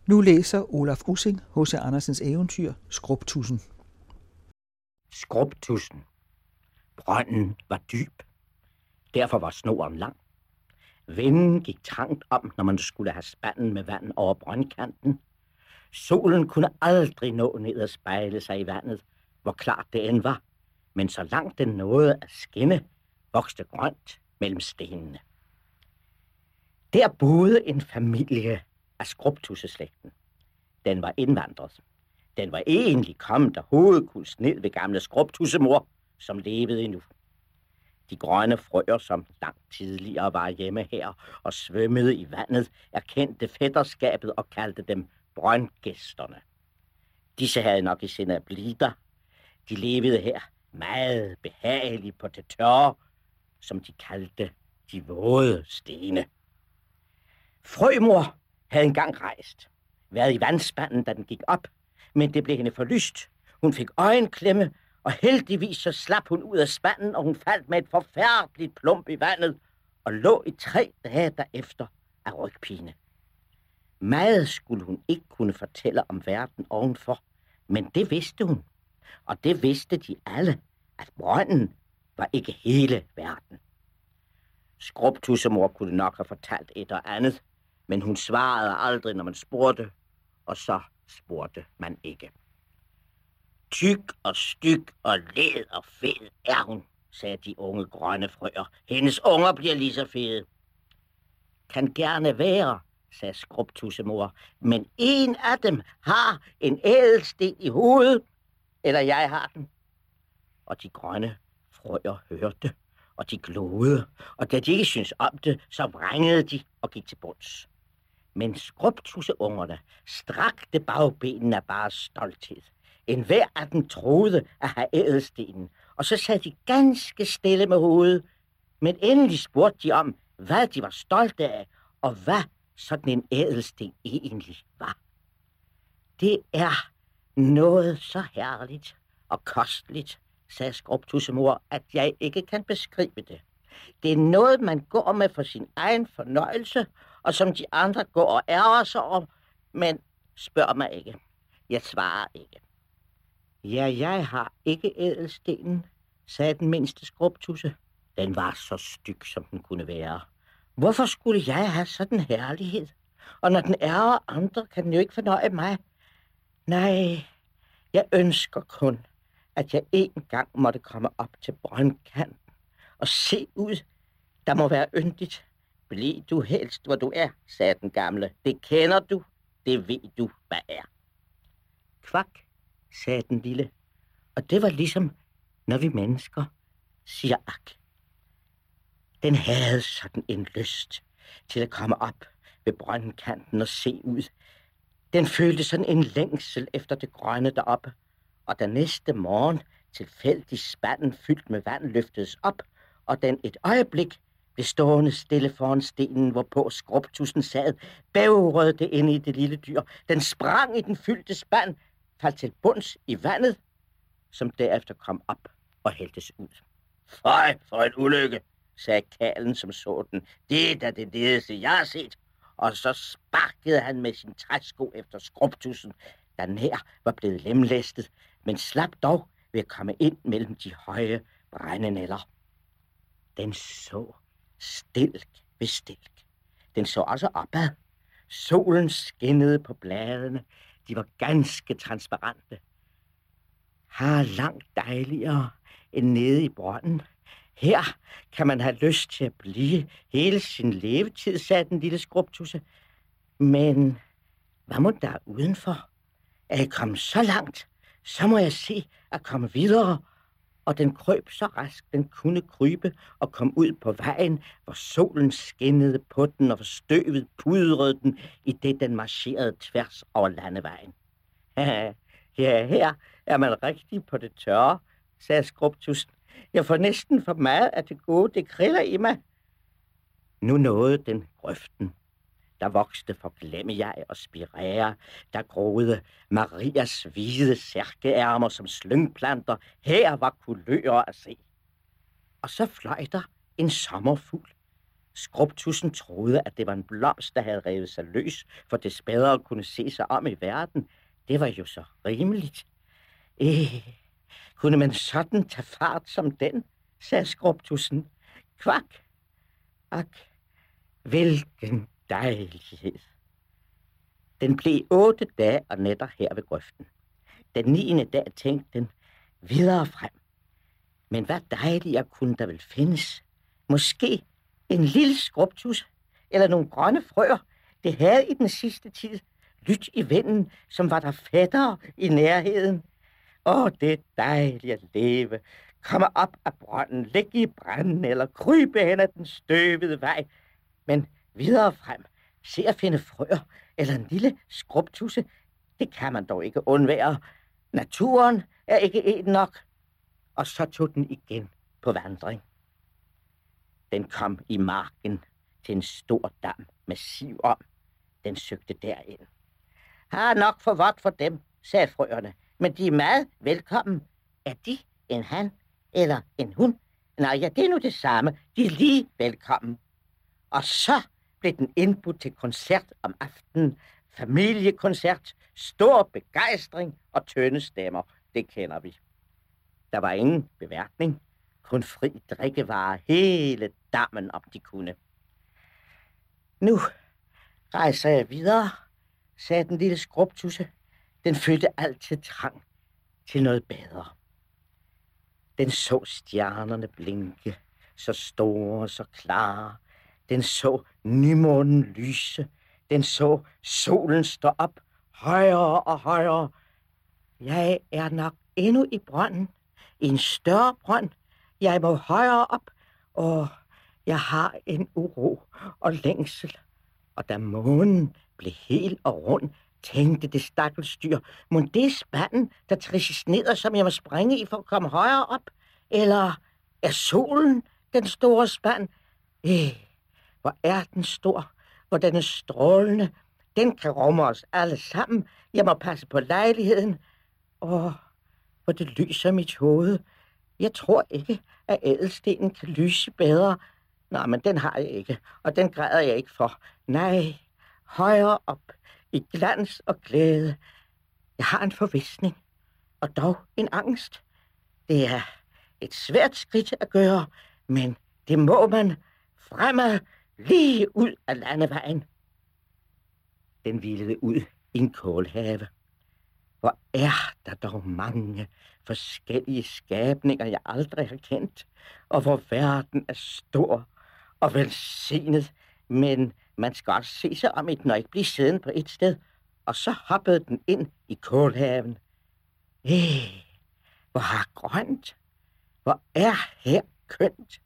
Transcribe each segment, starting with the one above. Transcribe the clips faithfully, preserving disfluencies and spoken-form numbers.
Nu læser Olaf Ussing H C Andersens eventyr Skrubtudsen. Skrubtudsen. Brønden var dyb. Derfor var snoren lang. Vinden gik trangt om, når man skulle have spanden med vand over brøndkanten. Solen kunne aldrig nå ned og spejle sig i vandet, hvor klart det end var. Men så langt den nåede at skinne, voksede grønt mellem stenene. Der boede en familie af skrubtudseslægten. Den var indvandret. Den var egentlig kommet af hovedkuls ned ved gamle skrubtussemor, som levede endnu. De grønne frøer, som langt tidligere var hjemme her og svømmede i vandet, erkendte fætterskabet og kaldte dem brøndgæsterne. Disse havde nok i sinde at blive der. De levede her meget behageligt på det tørre, som de kaldte de våde stene. Frømor havde engang rejst, været i vandspanden, da den gik op, men det blev hende for lyst. Hun fik øjenklemme, og heldigvis så slap hun ud af spanden, og hun faldt med et forfærdeligt plump i vandet, og lå i tre dage derefter af rygpine. Meget skulle hun ikke kunne fortælle om verden ovenfor, men det vidste hun, og det vidste de alle, at brønden var ikke hele verden. Skrubtussemor kunne nok have fortalt et og andet, men hun svarede aldrig, når man spurgte, og så spurgte man ikke. Tyk og styg og led og fed er hun, sagde de unge grønne frøer. Hendes unger bliver lige så fede. Kan gerne være, sagde skrubtussemor, men en af dem har en ædelsten i hovedet, eller jeg har den. Og de grønne frøer hørte, og de glodede, og da de ikke syntes om det, så vrængede de og gik til bunds. Men skrubtusseungerne strakte bagbenene af bare stolthed. En hver af dem troede at have ædelstenen, og så sad de ganske stille med hovedet. Men endelig spurgte de om, hvad de var stolte af, og hvad sådan en ædelsten egentlig var. Det er noget så herligt og kostligt, sagde skrubtussemor, at jeg ikke kan beskrive det. Det er noget, man går med for sin egen fornøjelse, og som de andre går og ærger sig om, men spørg mig ikke. Jeg svarer ikke. Ja, jeg har ikke ædelstenen, sagde den mindste skrubtusse. Den var så styg, som den kunne være. Hvorfor skulle jeg have sådan herlighed? Og når den ærger andre, kan den jo ikke fornøje mig. Nej, jeg ønsker kun, at jeg en gang måtte komme op til brøndkanten og se ud. Der må være yndigt. Bliv du helst, hvor du er, sagde den gamle. Det kender du, det ved du, hvad er. Kvak, sagde den lille. Og det var ligesom, når vi mennesker siger ak. Den havde sådan en lyst til at komme op ved brøndkanten og se ud. Den følte sådan en længsel efter det grønne deroppe. Og da næste morgen tilfældig spanden fyldt med vand løftedes op, og den et øjeblik blev stående stille foran stenen, hvorpå skrubtudsen sad, bævrede det inde i det lille dyr. Den sprang i den fyldte spand, faldt til bunds i vandet, som derefter kom op og hældtes ud. Føj, for en ulykke, sagde karlen, som så den. Det er da det ledeste, jeg har set. Og så sparkede han med sin træsko efter skrubtudsen, der nær var blevet lemlæstet, men slap dog ved at komme ind mellem de høje brændenælder. Den så stilk ved stilk. Den så også opad. Solen skinnede på bladene. De var ganske transparente. Her langt dejligere end nede i brønden. Her kan man have lyst til at blive hele sin levetid, sagde den lille skrubtusse. Men hvad må der udenfor? Er jeg kommet så langt, så må jeg se at komme videre. Og den krøb så rask, den kunne krybe og kom ud på vejen, hvor solen skinnede på den, og hvor støvet pudrede den, i det den marcherede tværs over landevejen. Ja, her er man rigtig på det tørre, sagde skrubtussen. Jeg får næsten for meget af det gode, det kriller i mig. Nu nåede den grøften. Der voksede forglemmejeg og spirærer. Der groede Marias hvide særkeærmer som slyngplanter. Her var kulører at se. Og så fløj der en sommerfugl, Skrubtussen troede, at det var en blomst, der havde revet sig løs, for det bedre kunne se sig om i verden. Det var jo så rimeligt. Eh, kunne man sådan tage fart som den, sagde Skrubtussen. Kvak, ak, hvilken dejlighed. Den blev otte dage og nætter her ved grøften. Den niende dag tænkte den videre frem. Men hvad dejligere kunne der vel findes? Måske en lille skrubtus eller nogle grønne frøer. Det havde i den sidste tid lydt i vinden, som var der fættere i nærheden. Åh, det er dejligt at leve. Komme op af brønden, ligge i branden eller krybe hen ad den støvede vej. Men videre frem, se at finde frøer eller en lille skrubtusse, det kan man dog ikke undvære. Naturen er ikke en nok. Og så tog den igen på vandring. Den kom i marken til en stor dam med siv om. Den søgte derind. Har nok for vådt for dem, sagde frøerne, men de er meget velkommen. Er de en han eller en hun? Nej, ja, det er nu det samme. De er lige velkommen. Og så blev den indbudt til koncert om aftenen. Familiekoncert, stor begejstring og tynde stemmer. Det kender vi. Der var ingen beværtning, kun fri drikkevarer hele dammen, om de kunne. Nu rejser jeg videre, sagde den lille skrubtusse. Den følte altid trang til noget bedre. Den så stjernerne blinke, så store, så klare. Den så nymånen lyse. Den så solen stå op, højere og højere. Jeg er nok endnu i brønden, i en større brønd. Jeg må højere op, og jeg har en uro og længsel. Og da månen blev hel og rund, tænkte det stakkels dyr, mon det er spanden, der trisses ned, som jeg må springe i for at komme højere op? Eller er solen den store spand? Eh, hvor er den stor, hvor den er strålende. Den kan rumme os alle sammen. Jeg må passe på lejligheden. Åh, hvor det lyser mit hoved. Jeg tror ikke, at ædelstenen kan lyse bedre. Nej, men den har jeg ikke, og den græder jeg ikke for. Nej, højere op, i glans og glæde. Jeg har en forvisning, og dog en angst. Det er et svært skridt at gøre, men det må man fremad lige ud af landevejen. Den hvilede ud i en kålhave. Hvor er der dog mange forskellige skabninger, jeg aldrig har kendt, og hvor verden er stor og velsignet, men man skal også se sig om et, når ikke blive siddende på et sted, og så hoppede den ind i kålhaven. Eh, hvor har grønt, hvor er her kønt.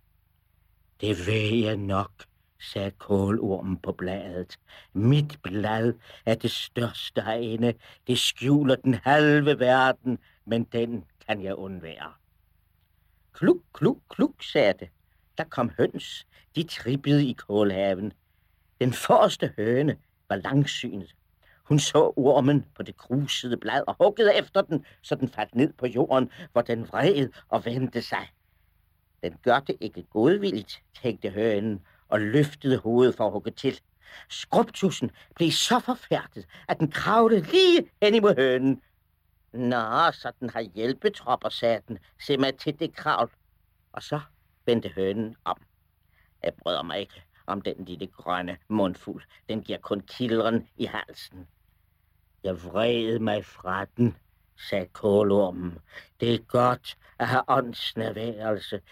Det ved jeg nok, sagde kålormen på bladet. Mit blad er det største herinde. Det skjuler den halve verden, men den kan jeg undvære. Kluk, kluk, kluk, sagde det. Der kom høns. De trippede i kålhaven. Den forreste høne var langsynet. Hun så ormen på det krusede blad og huggede efter den, så den faldt ned på jorden, hvor den vred og vendte sig. Den gør det ikke godvilligt, tænkte hønen, og løftede hovedet for at hugge til. Skrubtussen blev så forfærdet, at den kravlede lige hen imod hønen. Nå, så den har hjælpetropper, sagde den. Se mig til det kravl. Og så vendte hønen om. Jeg bryder mig ikke om den lille grønne mundfuld. Den giver kun kildren i halsen. Jeg vred mig fra den, sagde kålormen. Det er godt at have åndsnærværelse,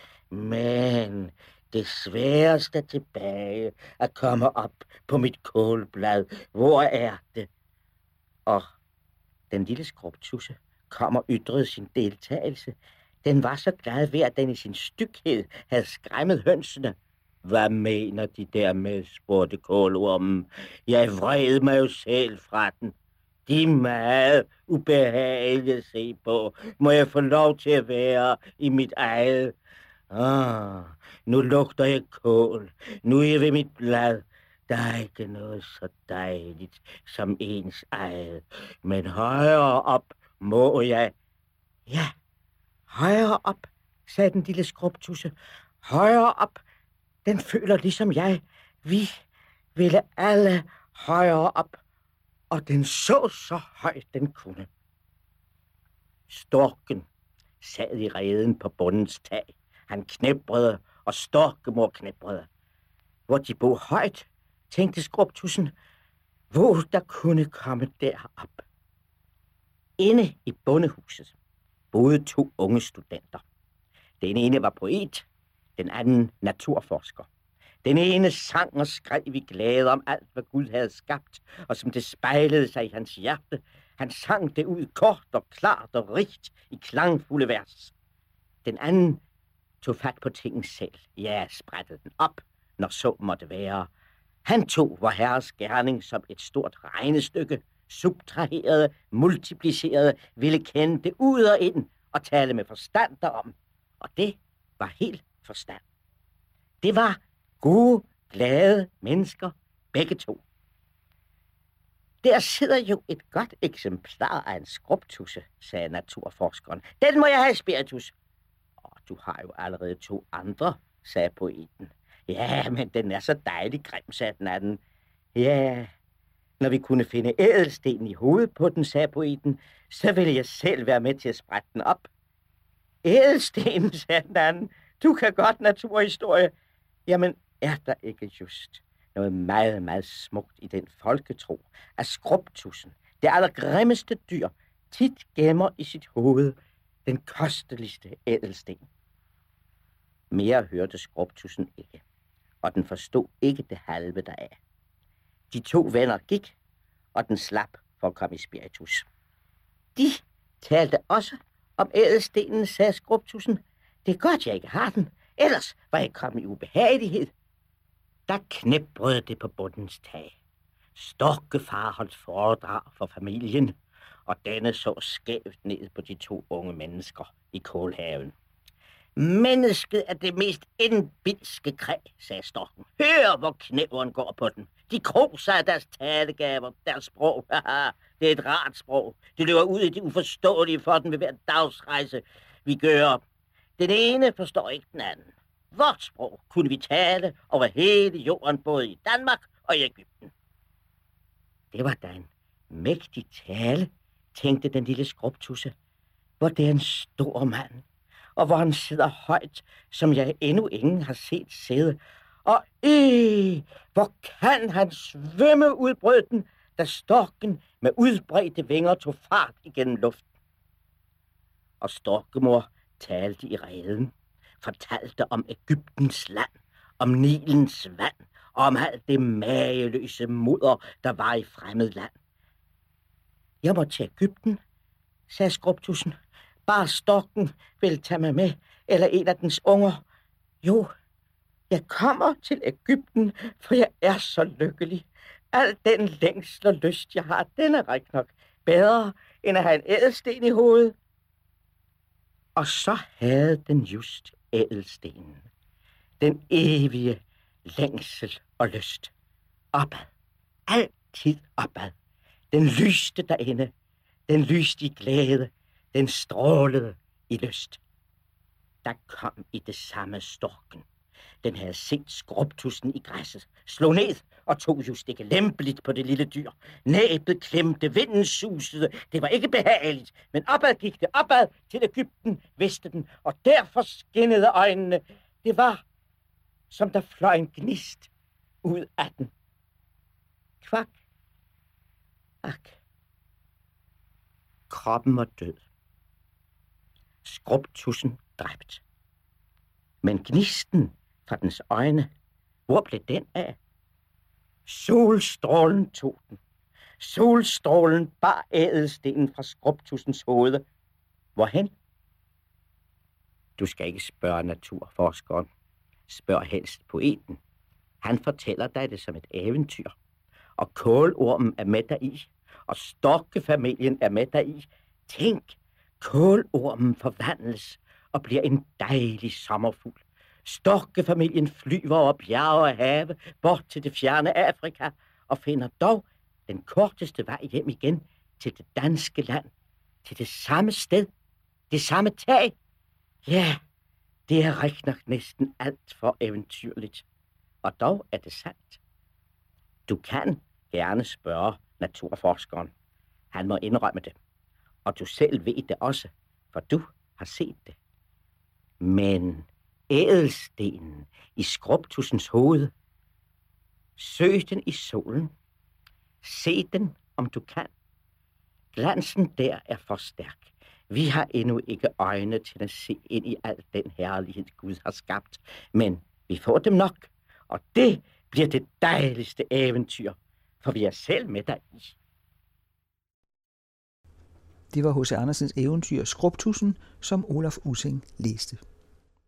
men det sværeste tilbage at komme op på mit kålblad. Hvor er det? Og den lille skrubtusse kom og ytrede sin deltagelse. Den var så glad ved, at den i sin stykhed havde skræmmet hønsene. Hvad mener de dermed, spurgte kålormen. Jeg vred mig jo selv fra den. De er meget ubehagelige at se på. Må jeg få lov til at være i mit eget? Ah, nu lugter jeg kål. Nu er jeg ved mit blad. Der er ikke noget så dejligt som ens eget. Men højere op må jeg. Ja, højere op, sagde den lille skrubtusse. Højere op. den føler ligesom jeg. Vi ville alle højere op, og den så så højt den kunne. Storken sad i reden på bondens tag. Han knæbrede, og storkemor knæbrede. Hvor de boede højt, tænkte Skrubtussen, hvor der kunne komme derop. Inde i bondehuset boede to unge studenter. Den ene var poet, den anden naturforsker. Den ene sang og skrev i glæde om alt, hvad Gud havde skabt, og som det spejlede sig i hans hjerte. Han sang det ud kort og klart og rigt i klangfulde vers. Den anden tog fat på tingen selv. Ja, sprættede den op, når så måtte være. Han tog vor herres gerning som et stort regnestykke, subtraherede, multiplicerede, ville kende det ud og ind og tale med forstand derom. Og det var helt forstand. Det var gode, glade mennesker, begge to. Der sidder jo et godt eksemplar af en skrubtusse, sagde naturforskeren. Den må jeg have, Spiritus. Åh, du har jo allerede to andre, sagde poeten. Ja, men den er så dejlig grim, sagde den anden. Ja, når vi kunne finde ædelsten i hovedet på den, sagde poeten, så ville jeg selv være med til at sprætte den op. Ædelsten, sagde den anden. Du kan godt naturhistorie. Jamen, er der ikke just noget meget, meget smukt i den folketro, at skrubtussen, det allergrimmeste dyr, tit gemmer i sit hoved den kosteligste ædelsten. Mere hørte skrubtussen ikke, og den forstod ikke det halve deraf. De to venner gik, og den slap for at komme i Spiritus. De talte også om ædelstenen, sagde skrubtussen. Det er godt, jeg ikke har den, ellers var jeg kommet i ubehagelighed. Der knæbrede det på bondens tag. Storkefar holdt foredrag for familien, og denne så skævt ned på de to unge mennesker i kålhaven. Mennesket er det mest indbilske kræ, sagde storken. Hør, hvor knæveren går på den. De kroser af deres talegaver, deres sprog. Det er et rart sprog. Det løber ud i det uforståelige for den ved hver dagsrejse, vi gør. Den ene forstår ikke den anden. Vort sprog kunne vi tale over hele jorden, både i Danmark og i Egypten. Det var da en mægtig tale, tænkte den lille skrubtusse. Hvor det er en stor mand, og hvor han sidder højt, som jeg endnu ingen har set sidde. Og øh, hvor kan han svømme, udbrød den, da storken med udbredte vinger tog fart igennem luften. Og storkemor talte i reden, fortalte om Egyptens land, om Nilens vand, og om alt det mageløse mudder, der var i fremmed land. Jeg må til Egypten, sagde skrubtussen. Bare storken vil tage mig med, eller en af dens unger. Jo, jeg kommer til Egypten, for jeg er så lykkelig. Al den længsel og lyst, jeg har, den er rigtig nok bedre, end at have en ædelsten i hovedet. Og så havde den just ædelstenen. Den evige længsel og lyst. Opad. Altid opad. Den lyste derinde. Den lyste i glæde. Den strålede i lyst. Der kom i det samme storken. Den havde set skrubtussen i græsset, slog ned og tog just ikke lempeligt på det lille dyr. Næbet klemte, vinden susede. Det var ikke behageligt, men opad gik det, opad til Egypten, vidste den, og derfor skinnede øjnene. Det var, som der fløj en gnist ud af den. Kvak. Ak. Kroppen var død. Skrubtussen dræbt. Men gnisten fra dens øjne, hvor blev den af? Solstrålen tog den. Solstrålen bar ædelstenen fra skrubtussens hoved. Hvorhen? Du skal ikke spørge naturforskeren. Spørg helst poeten. Han fortæller dig det som et eventyr. Og kålormen er med deri, og storkefamilien er med deri. Tænk, kålormen forvandles og bliver en dejlig sommerfugl. Storkefamilien flyver over bjerge og have, bort til det fjerne Afrika, og finder dog den korteste vej hjem igen til det danske land, til det samme sted, det samme tag. Ja, det er rigtig nok næsten alt for eventyrligt. Og dog er det sandt. Du kan gerne spørge naturforskeren. Han må indrømme det. Og du selv ved det også, for du har set det. Men ædelstenen i skrubtussens hoved, søg den i solen. Se den, om du kan. Glansen der er for stærk. Vi har endnu ikke øjne til at se ind i al den herlighed, Gud har skabt. Men vi får dem nok, og det bliver det dejligste eventyr, for vi er selv med deri. Det var H C. Andersens eventyr Skrubtussen, som Olaf Ussing læste.